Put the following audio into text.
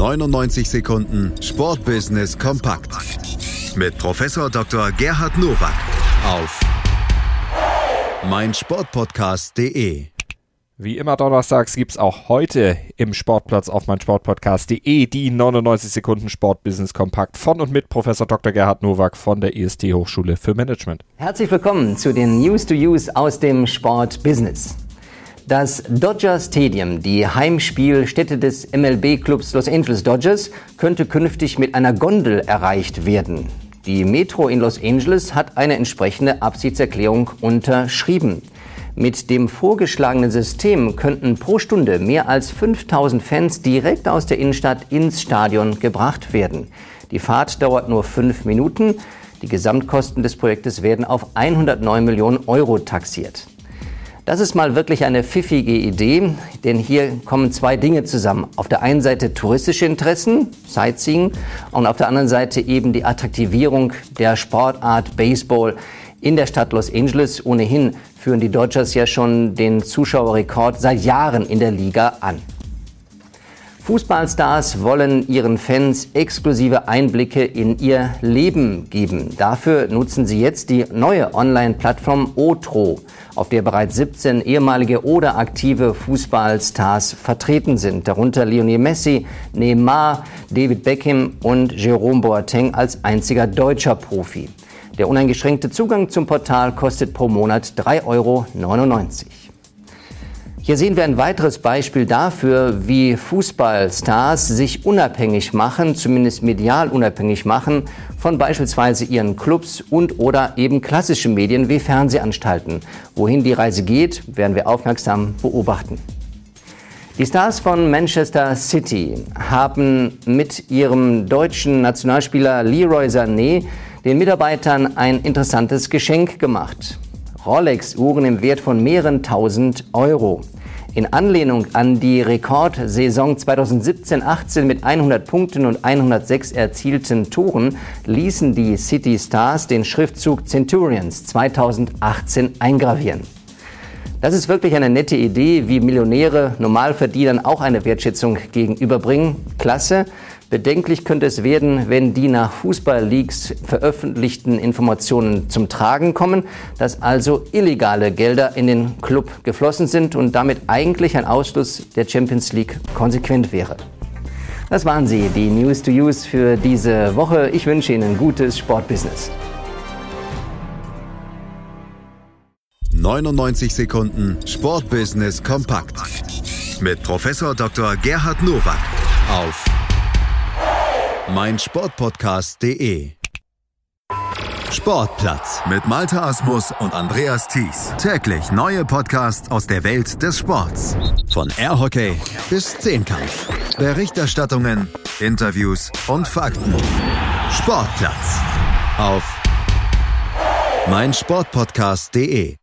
99 Sekunden Sportbusiness kompakt mit Professor Dr. Gerhard Nowak auf meinsportpodcast.de. Wie immer donnerstags gibt es auch heute im Sportplatz auf meinsportpodcast.de die 99 Sekunden Sportbusiness kompakt von und mit Professor Dr. Gerhard Nowak von der IST Hochschule für Management. Herzlich willkommen zu den News to Use aus dem Sportbusiness. Das Dodger Stadium, die Heimspielstätte des MLB-Clubs Los Angeles Dodgers, könnte künftig mit einer Gondel erreicht werden. Die Metro in Los Angeles hat eine entsprechende Absichtserklärung unterschrieben. Mit dem vorgeschlagenen System könnten pro Stunde mehr als 5000 Fans direkt aus der Innenstadt ins Stadion gebracht werden. Die Fahrt dauert nur 5 Minuten. Die Gesamtkosten des Projektes werden auf 109 Millionen Euro taxiert. Das ist mal wirklich eine pfiffige Idee, denn hier kommen zwei Dinge zusammen. Auf der einen Seite touristische Interessen, Sightseeing, und auf der anderen Seite eben die Attraktivierung der Sportart Baseball in der Stadt Los Angeles. Ohnehin führen die Dodgers ja schon den Zuschauerrekord seit Jahren in der Liga an. Fußballstars wollen ihren Fans exklusive Einblicke in ihr Leben geben. Dafür nutzen sie jetzt die neue Online-Plattform Otro, auf der bereits 17 ehemalige oder aktive Fußballstars vertreten sind. Darunter Lionel Messi, Neymar, David Beckham und Jerome Boateng als einziger deutscher Profi. Der uneingeschränkte Zugang zum Portal kostet pro Monat 3,99 Euro. Hier sehen wir ein weiteres Beispiel dafür, wie Fußballstars sich unabhängig machen, zumindest medial unabhängig machen, von beispielsweise ihren Clubs und oder eben klassischen Medien wie Fernsehanstalten. Wohin die Reise geht, werden wir aufmerksam beobachten. Die Stars von Manchester City haben mit ihrem deutschen Nationalspieler Leroy Sané den Mitarbeitern ein interessantes Geschenk gemacht. Rolex-Uhren im Wert von mehreren tausend Euro. In Anlehnung an die Rekordsaison 2017-18 mit 100 Punkten und 106 erzielten Toren ließen die City Stars den Schriftzug Centurions 2018 eingravieren. Das ist wirklich eine nette Idee, wie Millionäre Normalverdienern auch eine Wertschätzung gegenüberbringen. Klasse. Bedenklich könnte es werden, wenn die nach Fußball-Leaks veröffentlichten Informationen zum Tragen kommen, dass also illegale Gelder in den Club geflossen sind und damit eigentlich ein Ausschluss der Champions League konsequent wäre. Das waren sie, die News to Use für diese Woche. Ich wünsche Ihnen gutes Sportbusiness. 99 Sekunden Sportbusiness kompakt mit Professor Dr. Gerhard Nowak auf meinsportpodcast.de. Sportplatz mit Malte Asmus und Andreas Thies. Täglich neue Podcasts aus der Welt des Sports. Von Airhockey bis Zehnkampf. Berichterstattungen, Interviews und Fakten. Sportplatz auf meinsportpodcast.de.